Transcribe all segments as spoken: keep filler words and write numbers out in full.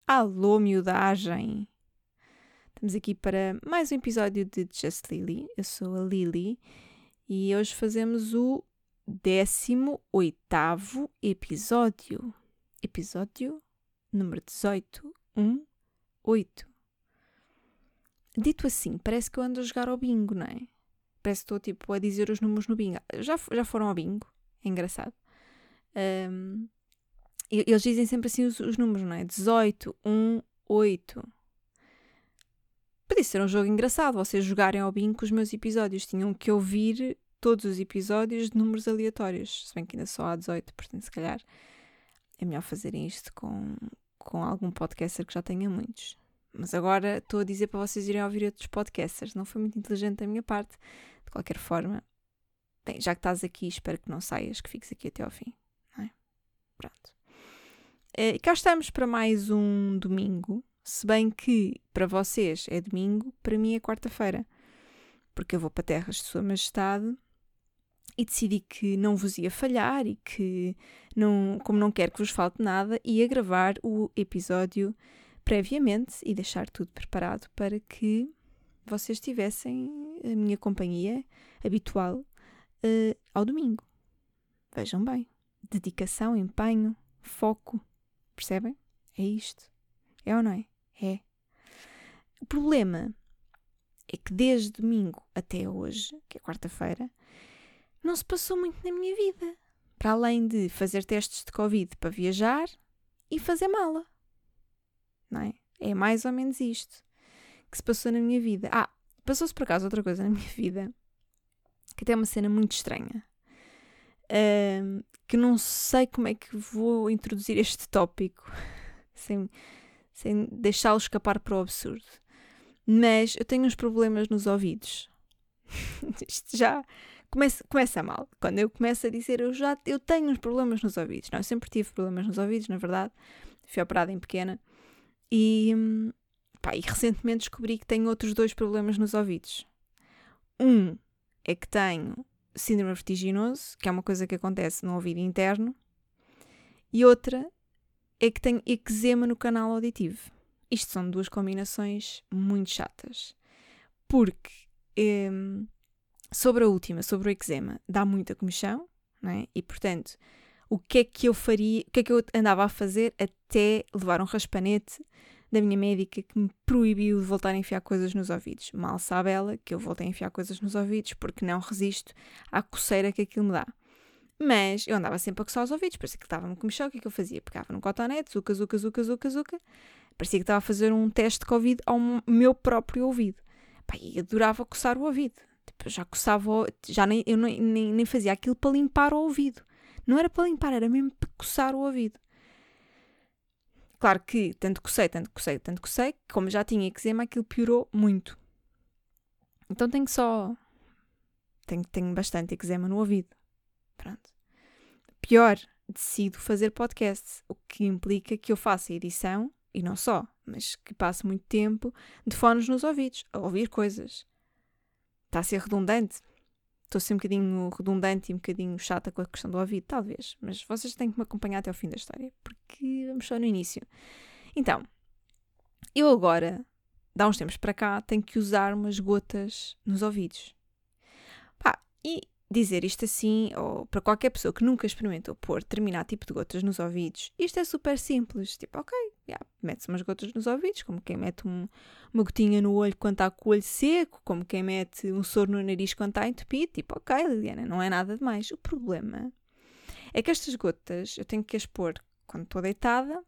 Alô, miudagem! Estamos aqui para mais um episódio de Just Lily. Eu sou a Lily e hoje fazemos o décimo oitavo episódio. Episódio número dezoito, um, oito. Dito assim, parece que eu ando a jogar ao bingo, não é? Parece que estou tipo a dizer os números no bingo. Já, já foram ao bingo? É engraçado. Um, eles dizem sempre assim os, os números, não é? dezoito, um, oito. Podia ser um jogo engraçado, vocês jogarem ao bingo com os meus episódios. Tinham que ouvir todos os episódios de números aleatórios. Se bem que ainda só há dezoito, portanto, se calhar é melhor fazerem isto com, com algum podcaster que já tenha muitos. Mas agora estou a dizer para vocês irem ouvir outros podcasters. Não foi muito inteligente da minha parte. De qualquer forma, bem, já que estás aqui, espero que não saias, que fiques aqui até ao fim. Não é? Pronto. E cá estamos para mais um domingo, se bem que para vocês é domingo, para mim é quarta-feira, porque eu vou para terras de Sua Majestade e decidi que não vos ia falhar e que, não, como não quero que vos falte nada, ia gravar o episódio previamente e deixar tudo preparado para que vocês tivessem a minha companhia habitual uh, ao domingo. Vejam bem, dedicação, empenho, foco. Percebem? É isto. É ou não é? É. O problema é que desde domingo até hoje, que é quarta-feira, não se passou muito na minha vida. Para além de fazer testes de Covid para viajar e fazer mala. Não é? É mais ou menos isto que se passou na minha vida. Ah, passou-se por acaso outra coisa na minha vida, que até é uma cena muito estranha. Um, que não sei como é que vou introduzir este tópico sem, sem deixá-lo escapar para o absurdo. Mas eu tenho uns problemas nos ouvidos. Isto já começa, começa mal. Quando eu começo a dizer eu já eu tenho uns problemas nos ouvidos. Não, eu sempre tive problemas nos ouvidos, na verdade. Fui operada em pequena. E, pá, e recentemente descobri que tenho outros dois problemas nos ouvidos. Um é que tenho síndrome vertiginoso, que é uma coisa que acontece no ouvido interno, e outra é que tenho eczema no canal auditivo. Isto são duas combinações muito chatas, porque hum, sobre a última, sobre o eczema, dá muita comichão, não é? E portanto, o que é que eu faria, o que é que eu andava a fazer até levar um raspanete da minha médica que me proibiu de voltar a enfiar coisas nos ouvidos. Mal sabe ela que eu voltei a enfiar coisas nos ouvidos porque não resisto à coceira que aquilo me dá. Mas eu andava sempre a coçar os ouvidos, parecia que estava-me com comichão. O que é que eu fazia? Pegava num cotonete, zuca, zuca, zuca, zuca, zuca. Parecia que estava a fazer um teste de Covid ao meu próprio ouvido. Pá, e adorava coçar o ouvido. Tipo, eu já coçava, já nem, eu nem, nem, nem fazia aquilo para limpar o ouvido. Não era para limpar, era mesmo para coçar o ouvido. Claro que tanto cocei, tanto cocei, tanto cocei, que como já tinha eczema, aquilo piorou muito. Então tenho só... Tenho, tenho bastante eczema no ouvido. Pronto. Pior, decido fazer podcast, o que implica que eu faça edição, e não só, mas que passe muito tempo de fones nos ouvidos, a ouvir coisas. Está a ser redundante? Estou a ser um bocadinho redundante e um bocadinho chata com a questão do ouvido, talvez. Mas vocês têm que me acompanhar até ao fim da história, porque vamos só no início. Então, eu agora, de há uns tempos para cá, tenho que usar umas gotas nos ouvidos. Pá, e dizer isto assim, ou para qualquer pessoa que nunca experimentou pôr determinado tipo de gotas nos ouvidos, isto é super simples. Tipo, ok, yeah, mete-se umas gotas nos ouvidos, como quem mete um, uma gotinha no olho quando está com o olho seco, como quem mete um soro no nariz quando está entupido. Tipo, ok, Liliana, não é nada demais. O problema é que estas gotas eu tenho que as pôr quando estou deitada,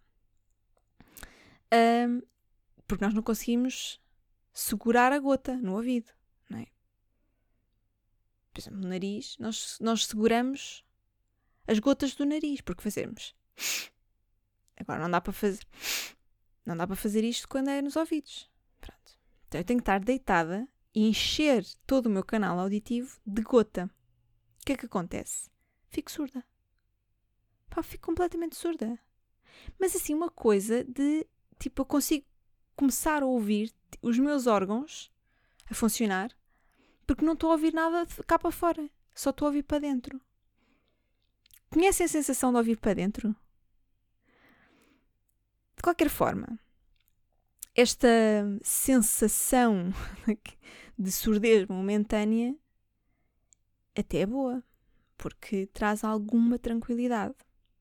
um, porque nós não conseguimos segurar a gota no ouvido, não é? Por exemplo, no nariz, nós, nós seguramos as gotas do nariz, porque fazemos. Agora não dá para fazer. Não dá para fazer isto quando é nos ouvidos. Pronto. Então eu tenho que estar deitada e encher todo o meu canal auditivo de gota. O que é que acontece? Fico surda. Pá, fico completamente surda. Mas assim, uma coisa de, tipo, eu consigo começar a ouvir os meus órgãos a funcionar, porque não estou a ouvir nada de cá para fora. Só estou a ouvir para dentro. Conhecem a sensação de ouvir para dentro? De qualquer forma, esta sensação de surdez momentânea até é boa, porque traz alguma tranquilidade.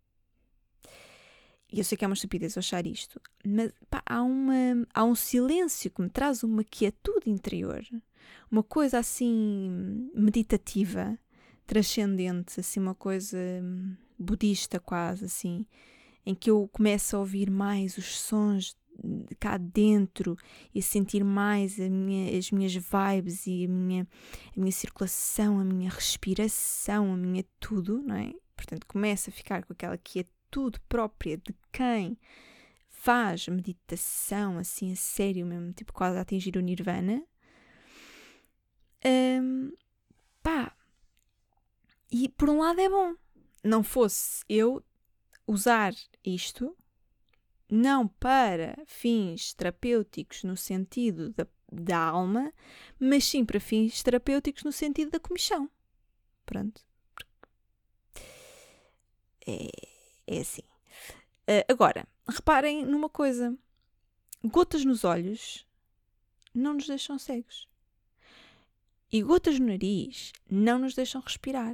E eu sei que é uma estupidez achar isto, mas pá, há, uma, há um silêncio que me traz uma quietude interior, uma coisa assim meditativa, transcendente, assim uma coisa budista quase, assim, em que eu começo a ouvir mais os sons de cá dentro e a sentir mais a minha, as minhas vibes e a minha, a minha circulação, a minha respiração, a minha tudo, não é? Portanto, começo a ficar com aquela quietude própria de quem faz meditação assim a sério mesmo, tipo quase a atingir o nirvana. Um, pá, e por um lado é bom. Não fosse eu usar isto não para fins terapêuticos no sentido da, da alma, mas sim para fins terapêuticos no sentido da comichão. Pronto. É, é assim. Uh, agora, reparem numa coisa. Gotas nos olhos não nos deixam cegos. E gotas no nariz não nos deixam respirar.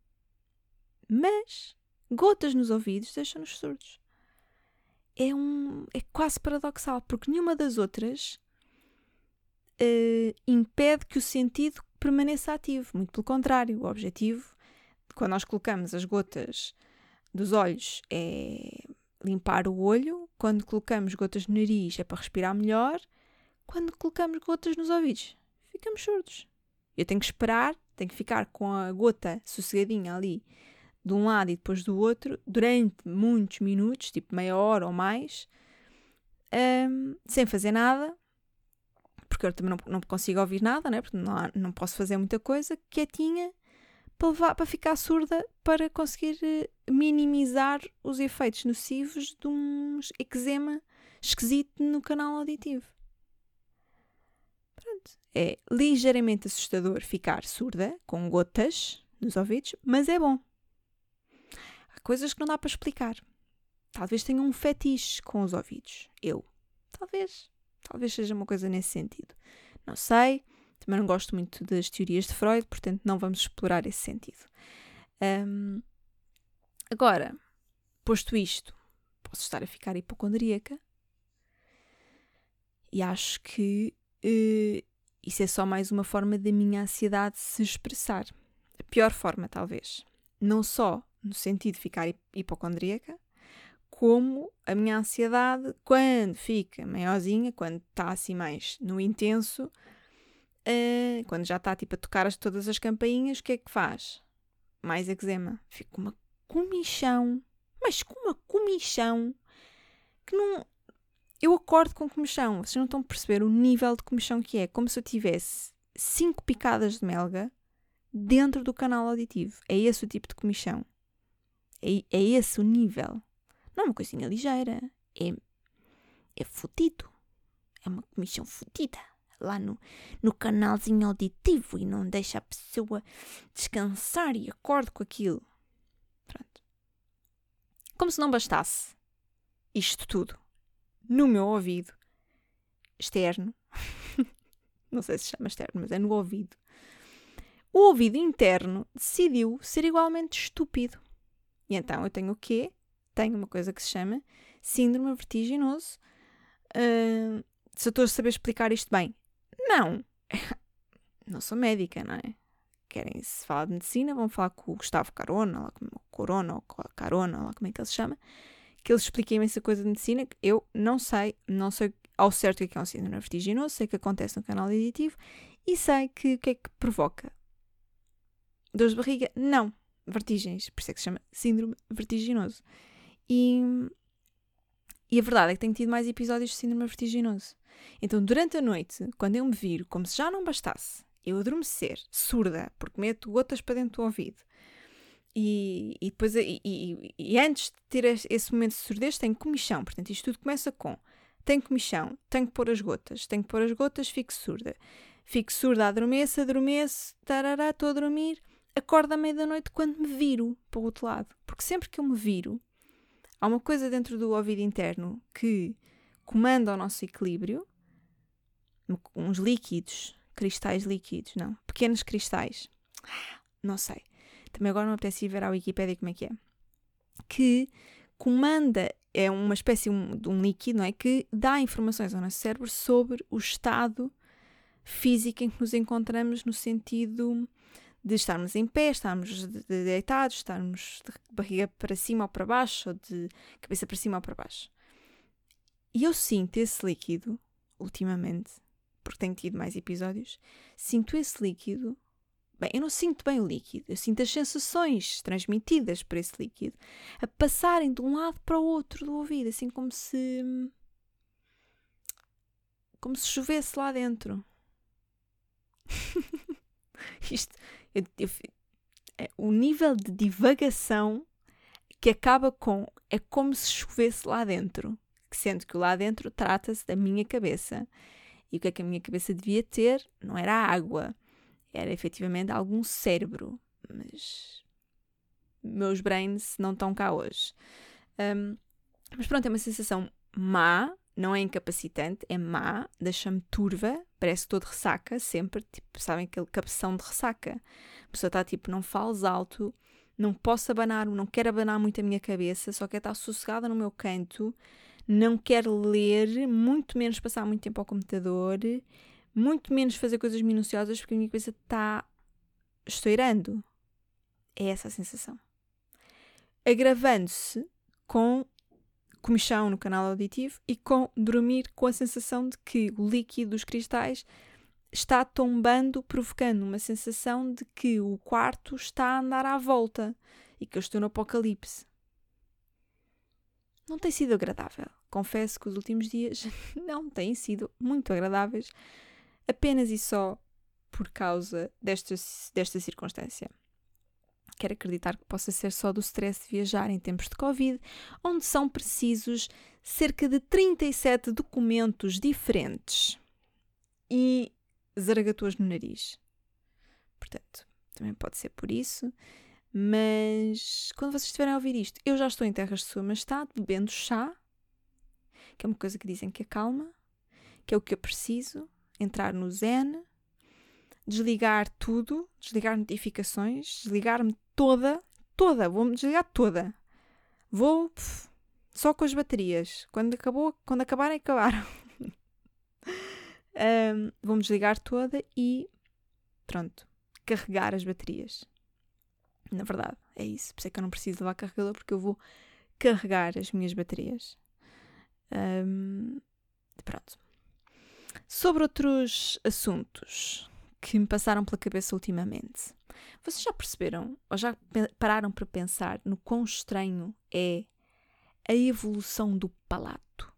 Mas gotas nos ouvidos deixam-nos surdos. É, um, é quase paradoxal, porque nenhuma das outras uh, impede que o sentido permaneça ativo. Muito pelo contrário, o objetivo, quando nós colocamos as gotas dos olhos, é limpar o olho. Quando colocamos gotas no nariz, é para respirar melhor. Quando colocamos gotas nos ouvidos, ficamos surdos. Eu tenho que esperar, tenho que ficar com a gota sossegadinha ali de um lado e depois do outro, durante muitos minutos, tipo meia hora ou mais, um, sem fazer nada, porque eu também não, não consigo ouvir nada, né? Porque não, há, não posso fazer muita coisa, quietinha, para, levar, para ficar surda, para conseguir minimizar os efeitos nocivos de um eczema esquisito no canal auditivo. Pronto. É ligeiramente assustador ficar surda, com gotas nos ouvidos, mas é bom. Há coisas que não dá para explicar. Talvez tenha um fetiche com os ouvidos. Eu. Talvez. Talvez seja uma coisa nesse sentido. Não sei. Também não gosto muito das teorias de Freud, portanto não vamos explorar esse sentido. Um, agora, posto isto, posso estar a ficar hipocondríaca. E acho que uh, isso é só mais uma forma da minha ansiedade se expressar. A pior forma, talvez. Não só no sentido de ficar hipocondríaca, como a minha ansiedade, quando fica maiorzinha, quando está assim mais no intenso, uh, quando já está tipo a tocar as, todas as campainhas, o que é que faz? Mais eczema. Fico com uma comichão, mas com uma comichão que não... Eu acordo com comichão. Vocês não estão a perceber o nível de comichão que é. Como se eu tivesse cinco picadas de melga dentro do canal auditivo. É esse o tipo de comichão. É, é esse o nível. Não é uma coisinha ligeira. É, é fudido. É uma comichão fudida. Lá no, no canalzinho auditivo. E não deixa a pessoa descansar. E acordo com aquilo. Pronto. Como se não bastasse isto tudo no meu ouvido externo. Não sei se chama externo, mas é no ouvido. O ouvido interno decidiu ser igualmente estúpido. E então eu tenho o quê? Tenho uma coisa que se chama síndrome vertiginoso. Uh, se eu estou a saber explicar isto bem? Não. Não sou médica, não é? Querem se falar de medicina, vão falar com o Gustavo Carona, lá como, Corona ou Carona, lá como é que ele se chama, que ele explica imensa coisa de medicina que eu não sei, não sei ao certo o que é um síndrome vertiginoso, sei que acontece no canal auditivo e sei que o que é que provoca. Dores de barriga? Não. Vertigens. Por isso é que se chama síndrome vertiginoso. E, e a verdade é que tenho tido mais episódios de síndrome vertiginoso. Então, durante a noite, quando eu me viro, como se já não bastasse eu adormecer, surda, porque meto gotas para dentro do ouvido, e, e depois, e, e, e antes de ter esse momento de surdez, tenho comichão. Portanto, isto tudo começa com: tenho comichão, tenho que pôr as gotas, tenho que pôr as gotas, fico surda. Fico surda, adormeço, adormeço, tarará, estou a dormir, acordo à meia da noite quando me viro para o outro lado. Porque sempre que eu me viro, há uma coisa dentro do ouvido interno que comanda o nosso equilíbrio, uns líquidos, cristais líquidos, não, pequenos cristais, não sei, também agora não me apetece ir ver à Wikipédia como é que é, que comanda, é uma espécie de um líquido, não é, que dá informações ao nosso cérebro sobre o estado físico em que nos encontramos, no sentido de estarmos em pé, estarmos de, de deitados, estarmos de barriga para cima ou para baixo, ou de cabeça para cima ou para baixo. E eu sinto esse líquido, ultimamente, porque tenho tido mais episódios, sinto esse líquido, bem, eu não sinto bem o líquido, eu sinto as sensações transmitidas por esse líquido a passarem de um lado para o outro do ouvido, assim como se como se chovesse lá dentro. Isto, eu, eu, é, o nível de divagação que acaba com é como se chovesse lá dentro, sendo que lá dentro trata-se da minha cabeça. E o que é que a minha cabeça devia ter? Não era água, era efetivamente algum cérebro, mas meus brains não estão cá hoje. Um, mas pronto, é uma sensação má, não é incapacitante, é má, deixa-me turva, parece que estou de ressaca sempre, tipo, sabem aquele cabeção de ressaca? A pessoa está tipo, não fales alto, não posso abanar, não quero abanar muito a minha cabeça, só quero estar sossegada no meu canto, não quero ler, muito menos passar muito tempo ao computador, muito menos fazer coisas minuciosas, porque a minha cabeça está estourando. É essa a sensação. Agravando-se com comichão no canal auditivo e com dormir com a sensação de que o líquido dos cristais está tombando, provocando uma sensação de que o quarto está a andar à volta e que eu estou no apocalipse. Não tem sido agradável. Confesso que os últimos dias não têm sido muito agradáveis, apenas e só por causa desta, desta circunstância. Quero acreditar que possa ser só do stress de viajar em tempos de Covid, onde são precisos cerca de trinta e sete documentos diferentes e zaragatuas no nariz. Portanto, também pode ser por isso. Mas quando vocês estiverem a ouvir isto, eu já estou em terras de Sua Majestade, bebendo chá, que é uma coisa que dizem que acalma, que é o que eu preciso, entrar no zen, desligar tudo, desligar notificações, desligar-me toda, toda, vou-me desligar toda. Vou pff, só com as baterias. Quando, acabou, quando acabarem, acabaram. um, vou-me desligar toda e pronto, carregar as baterias. Na verdade, é isso. Por isso é que eu não preciso levar carregador, porque eu vou carregar as minhas baterias. Um, pronto. Sobre outros assuntos que me passaram pela cabeça ultimamente. Vocês já perceberam, ou já pararam para pensar no quão estranho é a evolução do palato?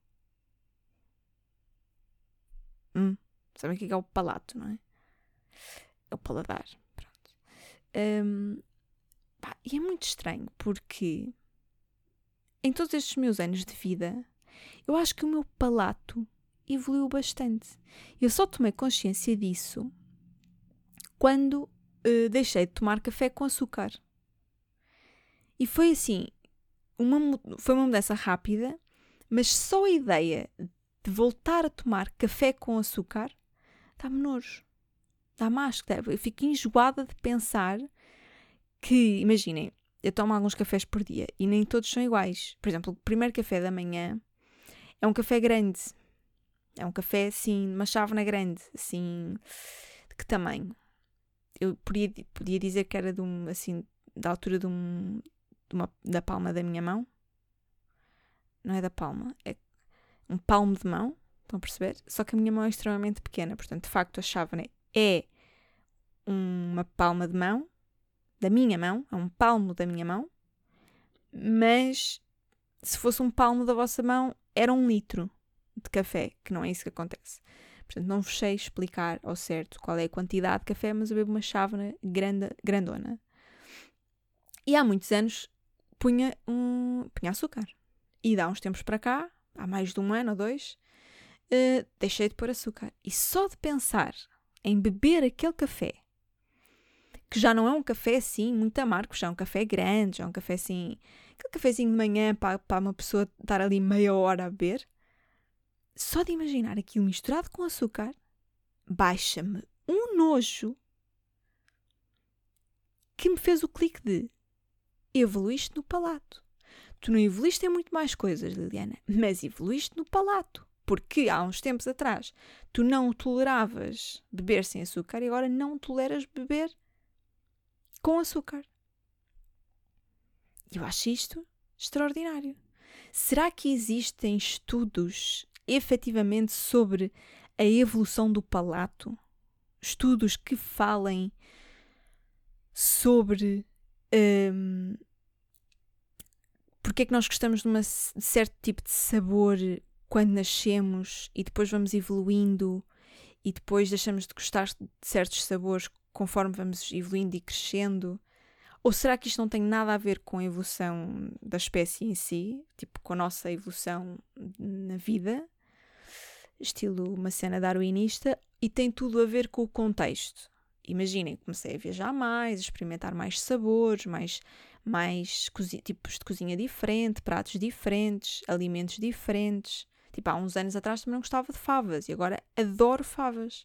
Hum, sabem o que é o palato, não é? É o paladar. Pronto. Um, pá, e é muito estranho, porque em todos estes meus anos de vida, eu acho que o meu palato evoluiu bastante. Eu só tomei consciência disso quando uh, deixei de tomar café com açúcar. E foi assim, uma, foi uma mudança rápida, mas só a ideia de voltar a tomar café com açúcar dá-me nojo. Dá-me asco. Eu fico enjoada de pensar que, imaginem, eu tomo alguns cafés por dia e nem todos são iguais. Por exemplo, o primeiro café da manhã é um café grande. É um café, assim, uma chávena grande, assim, de que tamanho? Eu podia, podia dizer que era de um, assim, da altura de, um, de uma, da palma da minha mão. Não é da palma, é um palmo de mão, estão a perceber? Só que a minha mão é extremamente pequena, portanto, de facto, a chávena é uma palma de mão, da minha mão, é um palmo da minha mão, mas se fosse um palmo da vossa mão, era um litro de café, que não é isso que acontece. Portanto, não vos sei explicar ao certo qual é a quantidade de café, mas eu bebo uma chávena grande, grandona. E há muitos anos punha, um, punha açúcar. E dá uns tempos para cá, há mais de um ano ou dois, uh, deixei de pôr açúcar. E só de pensar em beber aquele café, que já não é um café assim muito amargo, já é um café grande, já é um café assim, aquele cafezinho de manhã para, para uma pessoa estar ali meia hora a beber, só de imaginar aquilo misturado com açúcar, baixa-me um nojo que me fez o clique de evoluíste no palato. Tu não evoluíste em muito mais coisas, Liliana, mas evoluíste no palato. Porque há uns tempos atrás tu não toleravas beber sem açúcar e agora não toleras beber com açúcar. Eu acho isto extraordinário. Será que existem estudos efetivamente sobre a evolução do palato? Estudos que falem sobre hum, porque é que nós gostamos de, uma, de certo tipo de sabor quando nascemos e depois vamos evoluindo e depois deixamos de gostar de certos sabores conforme vamos evoluindo e crescendo? Ou será que isto não tem nada a ver com a evolução da espécie em si, tipo com a nossa evolução na vida, estilo uma cena darwinista, e tem tudo a ver com o contexto? Imaginem, comecei a viajar mais, a experimentar mais sabores, mais, mais cozi- tipos de cozinha diferente, pratos diferentes, alimentos diferentes. Tipo, há uns anos atrás também não gostava de favas e agora adoro favas.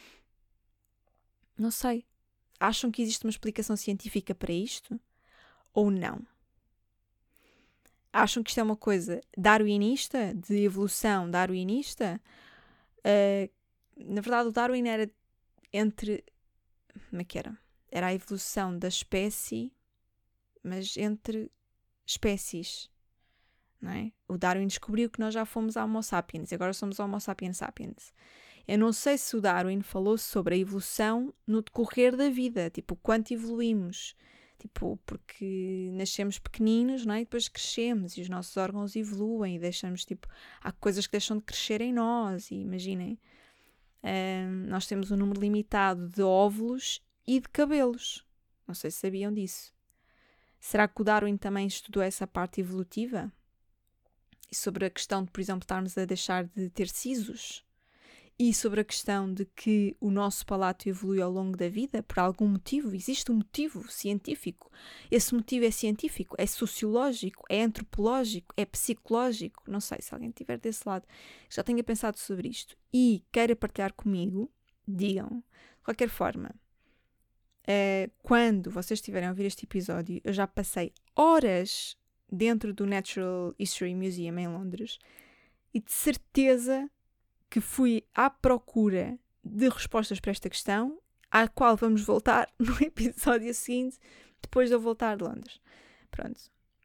Não sei. Acham que existe uma explicação científica para isto? Ou não? Acham que isto é uma coisa darwinista, de evolução darwinista? Uh, na verdade, o Darwin era entre... Como é que era? Era a evolução da espécie, mas entre espécies. Não é? O Darwin descobriu que nós já fomos Homo sapiens e agora somos Homo sapiens sapiens. Eu não sei se o Darwin falou sobre a evolução no decorrer da vida, tipo, quanto evoluímos. Tipo, porque nascemos pequeninos, não é? E depois crescemos e os nossos órgãos evoluem e deixamos, tipo, há coisas que deixam de crescer em nós. E imaginem, hum, nós temos um número limitado de óvulos e de cabelos. Não sei se sabiam disso. Será que o Darwin também estudou essa parte evolutiva? E sobre a questão de, por exemplo, estarmos a deixar de ter sisos? E sobre a questão de que o nosso palato evolui ao longo da vida por algum motivo? Existe um motivo científico. Esse motivo é científico, é sociológico, é antropológico, é psicológico. Não sei, se alguém estiver desse lado já tenha pensado sobre isto e queira partilhar comigo, digam. De qualquer forma, Uh, quando vocês estiverem a ouvir este episódio, eu já passei horas dentro do Natural History Museum em Londres e de certeza que fui à procura de respostas para esta questão, à qual vamos voltar no episódio seguinte, depois de eu voltar de Londres. Pronto.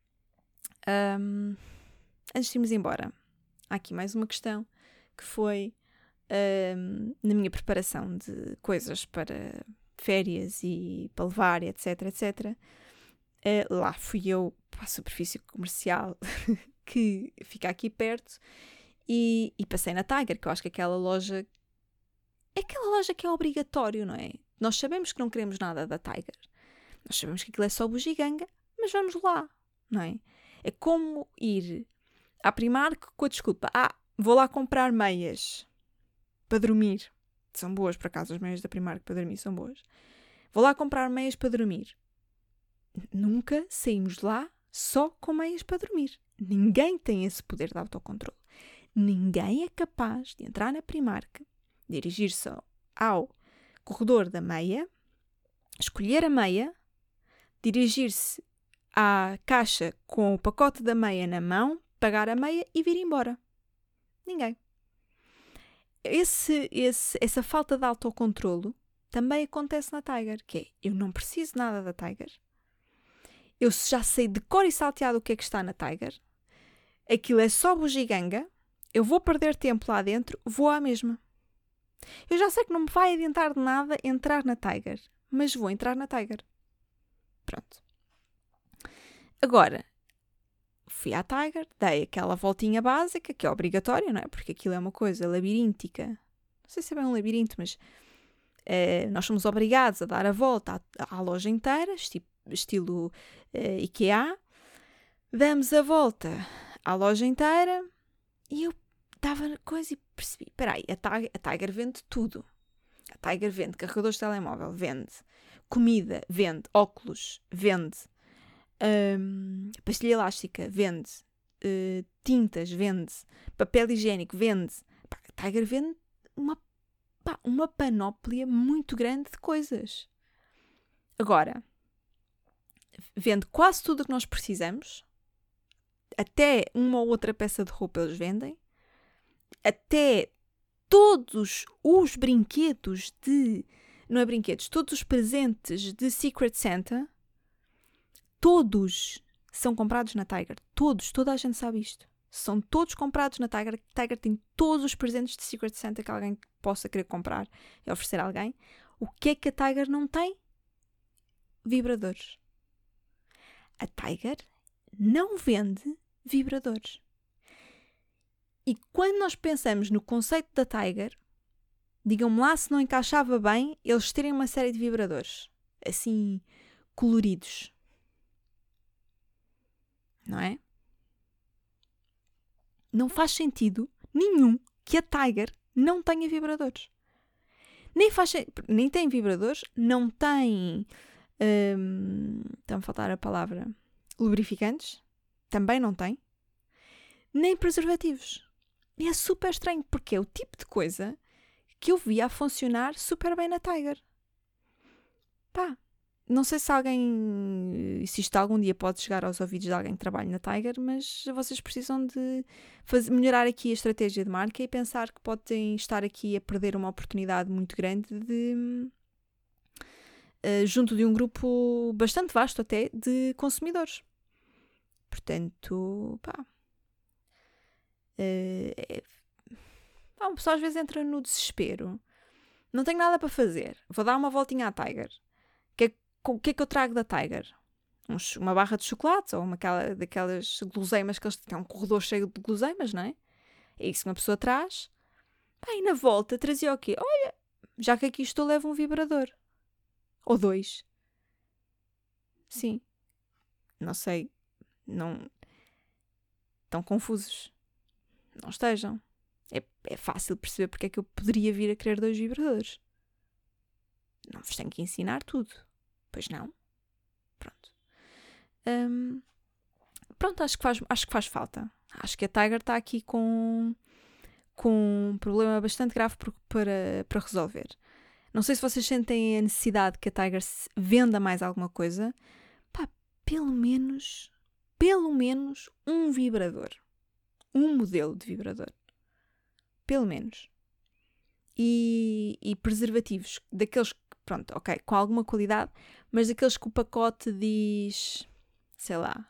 Um, antes de irmos embora, há aqui mais uma questão que foi um, na minha preparação de coisas para férias e para levar, etc, etc. Uh, lá fui eu para a superfície comercial que fica aqui perto e, e passei na Tiger, que eu acho que aquela loja é aquela loja que é obrigatório, não é? Nós sabemos que não queremos nada da Tiger. Nós sabemos que aquilo é só bugiganga, mas vamos lá, não é? É como ir à Primark com a desculpa, ah, vou lá comprar meias para dormir. São boas, por acaso, as meias da Primark para dormir são boas. Vou lá comprar meias para dormir. Nunca saímos de lá só com meias para dormir. Ninguém tem esse poder de autocontrole. Ninguém é capaz de entrar na Primark, dirigir-se ao corredor da meia, escolher a meia, dirigir-se à caixa com o pacote da meia na mão, pagar a meia e vir embora. Ninguém. Esse, esse, essa falta de autocontrolo também acontece na Tiger, que é, eu não preciso nada da Tiger, eu já sei de cor e salteado o que é que está na Tiger, aquilo é só bugiganga, eu vou perder tempo lá dentro, vou à mesma. Eu já sei que não me vai adiantar de nada entrar na Tiger, mas vou entrar na Tiger. Pronto. Agora, fui à Tiger, dei aquela voltinha básica, que é obrigatória, não é? Porque aquilo é uma coisa labiríntica. Não sei se é bem um labirinto, mas uh, nós somos obrigados a dar a volta à, à loja inteira, estilo, estilo uh, IKEA. Damos a volta à loja inteira e eu estava na coisa e percebi, espera aí, a Tiger, a Tiger vende tudo. A Tiger vende carregadores de telemóvel, vende comida, vende óculos, vende Um, pastilha elástica, vende. Uh, tintas, vende. Papel higiênico, vende. Pá, a Tiger vende uma pá, uma panóplia muito grande de coisas. Agora, vende quase tudo o que nós precisamos, até uma ou outra peça de roupa eles vendem, até todos os brinquedos de... Não é brinquedos, todos os presentes de Secret Santa, todos são comprados na Tiger. Todos, toda a gente sabe isto. São todos comprados na Tiger. Tiger tem todos os presentes de Secret Santa que alguém possa querer comprar e oferecer a alguém. O que é que a Tiger não tem? Vibradores. A Tiger não vende vibradores. E quando nós pensamos no conceito da Tiger, digam-me lá se não encaixava bem eles terem uma série de vibradores. Assim, coloridos. Não é? Não faz sentido nenhum que a Tiger não tenha vibradores. Nem, faz, nem tem vibradores, não tem... Hum, está-me a faltar a palavra. Lubrificantes. Também não tem. Nem preservativos. E é super estranho, porque é o tipo de coisa que eu via a funcionar super bem na Tiger. Pá, não sei se alguém, se isto algum dia pode chegar aos ouvidos de alguém que trabalha na Tiger, mas vocês precisam de fazer, melhorar aqui a estratégia de marca e pensar que podem estar aqui a perder uma oportunidade muito grande de, uh, junto de um grupo bastante vasto até de consumidores. Portanto, pá, uh, é, pá, uma pessoa às vezes entra no desespero. Não tenho nada para fazer. Vou dar uma voltinha à Tiger. O que é, o que é que eu trago da Tiger? Um, uma barra de chocolates ou uma aquela, daquelas guloseimas que eles têm um corredor cheio de guloseimas, não é? É isso que uma pessoa traz. Pá, e na volta trazia o quê? Olha, já que aqui estou, levo um vibrador. Ou dois. Sim. Não sei. Não... Estão confusos. Não estejam. É, é fácil perceber porque é que eu poderia vir a querer dois vibradores. Não vos tenho que ensinar tudo. Pois não. Pronto. Hum, pronto, acho que, faz, acho que faz falta. Acho que a Tiger está aqui com, com um problema bastante grave por, para, para resolver. Não sei se vocês sentem a necessidade que a Tiger venda mais alguma coisa. Pá, pelo menos, pelo menos um vibrador. Um modelo de vibrador. Pelo menos. E, e preservativos. Daqueles, pronto, ok, com alguma qualidade, mas daqueles que o pacote diz, sei lá.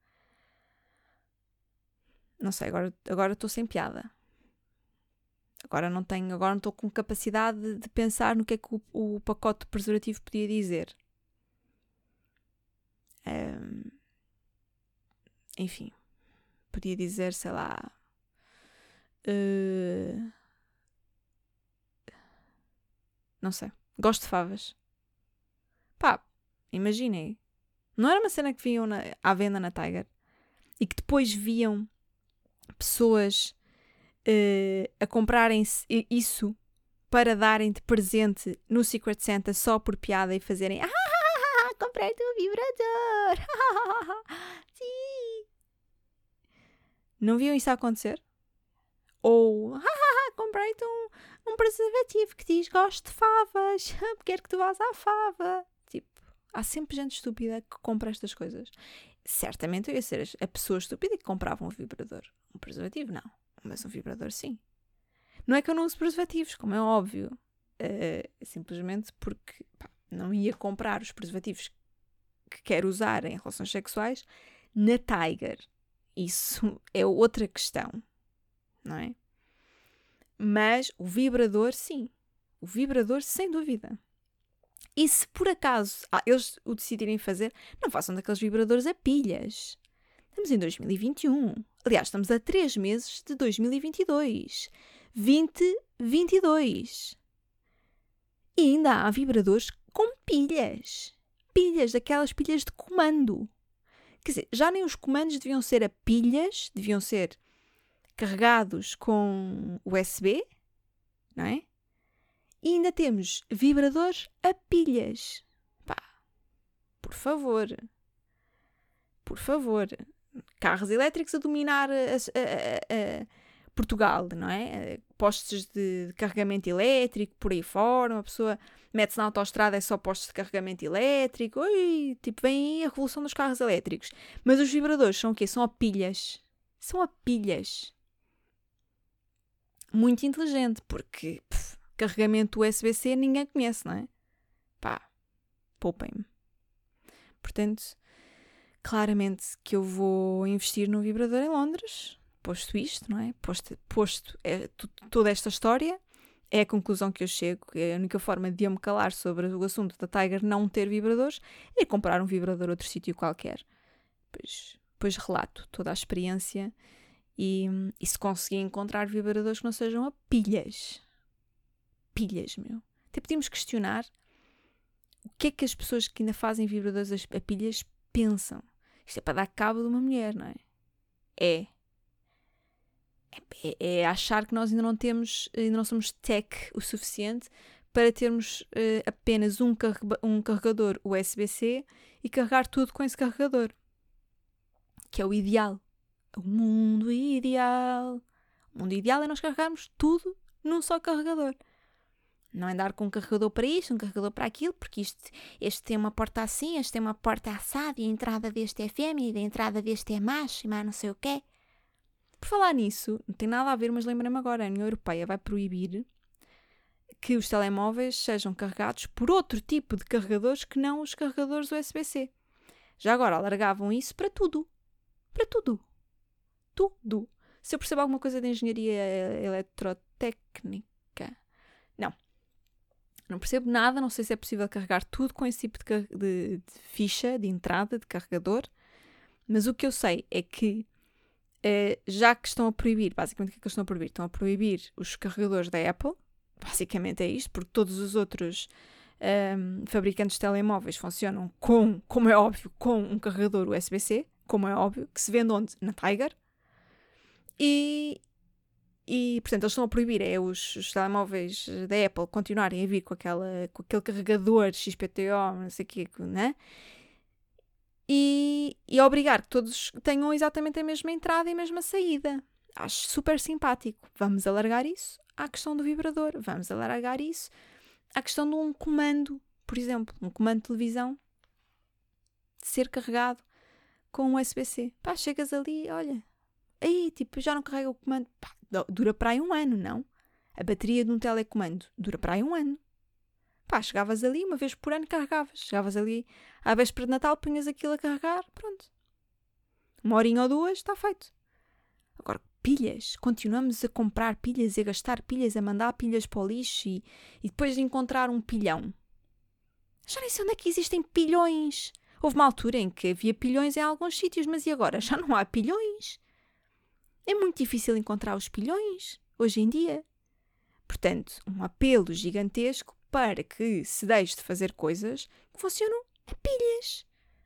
Não sei, agora agora estou sem piada. Agora não tenho, agora não estou com capacidade de, de pensar no que é que o, o pacote preservativo podia dizer. Um, enfim, podia dizer, sei lá... Uh, não sei. Gosto de favas. Pá, imaginem. Não era uma cena que viam na, à venda na Tiger e que depois viam pessoas uh, a comprarem isso para darem de presente no Secret Santa só por piada e fazerem ah, comprei-te um vibrador. Sim. Não viam isso acontecer? Ou ah, comprei-te um, um preservativo que diz gosto de favas, quero que tu vás à fava. Tipo, há sempre gente estúpida que compra estas coisas. Certamente eu ia ser a pessoa estúpida que comprava um vibrador. Um preservativo, não. Mas um vibrador, sim. Não é que eu não uso preservativos, como é óbvio. É simplesmente porque pá, não ia comprar os preservativos que quero usar em relações sexuais na Tiger. Isso é outra questão. Não é? Mas o vibrador, sim. O vibrador, sem dúvida. E se por acaso ah, eles o decidirem fazer, não façam daqueles vibradores a pilhas. Estamos em dois mil e vinte e um. Aliás, estamos a três meses de dois mil e vinte e dois. vinte vinte e dois. E ainda há vibradores com pilhas. Pilhas, daquelas pilhas de comando. Quer dizer, já nem os comandos deviam ser a pilhas, deviam ser carregados com U S B, não é? E ainda temos vibradores a pilhas. Pá, por favor. Por favor. Carros elétricos a dominar a, a, a, a, Portugal, não é? Postos de, de carregamento elétrico, por aí fora, uma pessoa mete-se na autoestrada, é só postos de carregamento elétrico, ui, tipo, vem aí a revolução dos carros elétricos. Mas os vibradores são o quê? São a pilhas. São a pilhas. Muito inteligente, porque pff, carregamento U S B-C ninguém conhece, não é? Pá, poupem-me. Portanto, claramente que eu vou investir num vibrador em Londres, posto isto, não é? Posto, posto é, t- toda esta história, é a conclusão que eu chego. É a única forma de eu me calar sobre o assunto da Tiger não ter vibradores é comprar um vibrador a outro sítio qualquer. Pois, pois relato toda a experiência e, e se conseguir encontrar vibradores que não sejam a pilhas. Pilhas, meu. Até podíamos questionar o que é que as pessoas que ainda fazem vibradores a, a pilhas pensam. Isto é para dar cabo de uma mulher, não é? É. É, é achar que nós ainda não temos, ainda não somos tech o suficiente para termos uh, apenas um, carrega- um carregador U S B-C e carregar tudo com esse carregador. Que é o ideal. O mundo ideal. O mundo ideal é nós carregarmos tudo num só carregador. Não é andar com um carregador para isto, um carregador para aquilo, porque isto, este tem uma porta assim, este tem uma porta assada e a entrada deste é fêmea e a entrada deste é macho e mais não sei o quê. Por falar nisso, não tem nada a ver, mas lembrei-me agora, a União Europeia vai proibir que os telemóveis sejam carregados por outro tipo de carregadores que não os carregadores U S B-C. Já agora alargavam isso para tudo. Para tudo. Tudo. Se eu percebo alguma coisa de engenharia eletrotécnica, não. Não percebo nada, não sei se é possível carregar tudo com esse tipo de, car- de, de ficha, de entrada, de carregador, mas o que eu sei é que Uh, já que estão a proibir, basicamente o que é que eles estão a proibir? Estão a proibir os carregadores da Apple, basicamente é isto, porque todos os outros um, fabricantes de telemóveis funcionam com, como é óbvio, com um carregador U S B-C, como é óbvio, que se vende onde? Na Tiger. E, e portanto, eles estão a proibir é os, os telemóveis da Apple continuarem a vir com, aquela, com aquele carregador X P T O, não sei o quê, né? E, e obrigar que todos tenham exatamente a mesma entrada e a mesma saída. Acho super simpático. Vamos alargar isso à questão do vibrador. Vamos alargar isso à questão de um comando, por exemplo, um comando de televisão ser carregado com um U S B-C. Pá, chegas ali, olha, aí, tipo, já não carrega o comando. Pá, dura para aí um ano, não? A bateria de um telecomando dura para aí um ano. Pá, chegavas ali, uma vez por ano carregavas. Chegavas ali à véspera de Natal, punhas aquilo a carregar, pronto. Uma horinha ou duas, está feito. Agora, pilhas. Continuamos a comprar pilhas e a gastar pilhas, a mandar pilhas para o lixo e, e depois de encontrar um pilhão. Já nem sei onde é que existem pilhões. Houve uma altura em que havia pilhões em alguns sítios, mas e agora? Já não há pilhões. É muito difícil encontrar os pilhões, hoje em dia. Portanto, um apelo gigantesco para que se deixe de fazer coisas que funcionam a pilhas.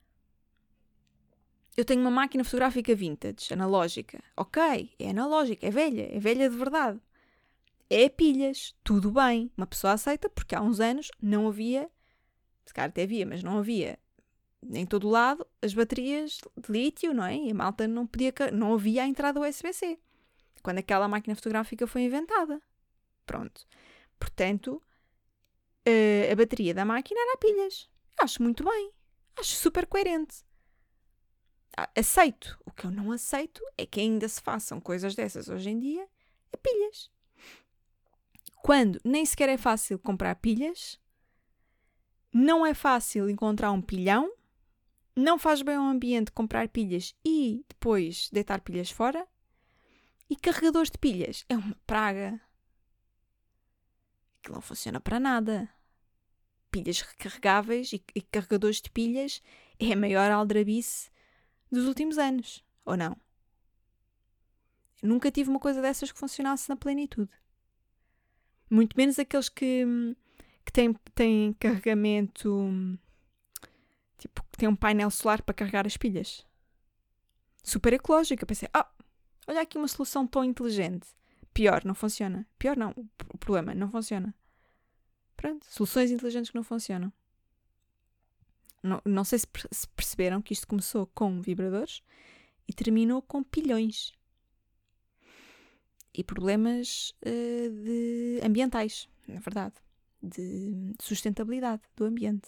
Eu tenho uma máquina fotográfica vintage, analógica. Ok, é analógica, é velha, é velha de verdade. É a pilhas, tudo bem. Uma pessoa aceita porque há uns anos não havia, se calhar até havia, mas não havia em todo o lado as baterias de lítio, não é? E a malta não podia, não havia a entrada U S B-C. Quando aquela máquina fotográfica foi inventada. Pronto. Portanto, Uh, a bateria da máquina era a pilhas. Acho muito bem. Acho super coerente. Aceito. O que eu não aceito é que ainda se façam coisas dessas hoje em dia a pilhas. Quando nem sequer é fácil comprar pilhas, não é fácil encontrar um pilhão, não faz bem ao ambiente comprar pilhas e depois deitar pilhas fora, e carregadores de pilhas é uma praga. Aquilo não funciona para nada. Pilhas recarregáveis e, e carregadores de pilhas é a maior aldrabice dos últimos anos, ou não? Eu nunca tive uma coisa dessas que funcionasse na plenitude. Muito menos aqueles que, que têm, têm carregamento, tipo, que têm um painel solar para carregar as pilhas. Super ecológico. Eu pensei, ah, olha aqui uma solução tão inteligente. Pior, não funciona. Pior não, o problema, não funciona. Pronto, soluções inteligentes que não funcionam. Não, não sei se, se perceberam que isto começou com vibradores e terminou com pilhões. e problemas uh, de ambientais, na verdade, de sustentabilidade do ambiente.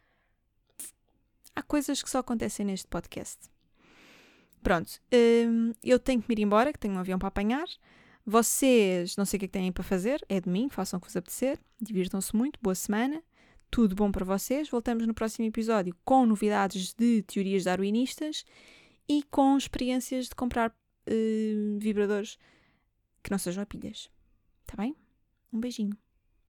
Há coisas que só acontecem neste podcast. Pronto, um, eu tenho que me ir embora, que tenho um avião para apanhar. Vocês, não sei o que é que têm para fazer, é de mim, façam o que vos apetecer, divirtam-se muito, boa semana, tudo bom para vocês. Voltamos no próximo episódio com novidades de teorias darwinistas e com experiências de comprar uh, vibradores que não sejam a pilhas. Tá bem? Um beijinho.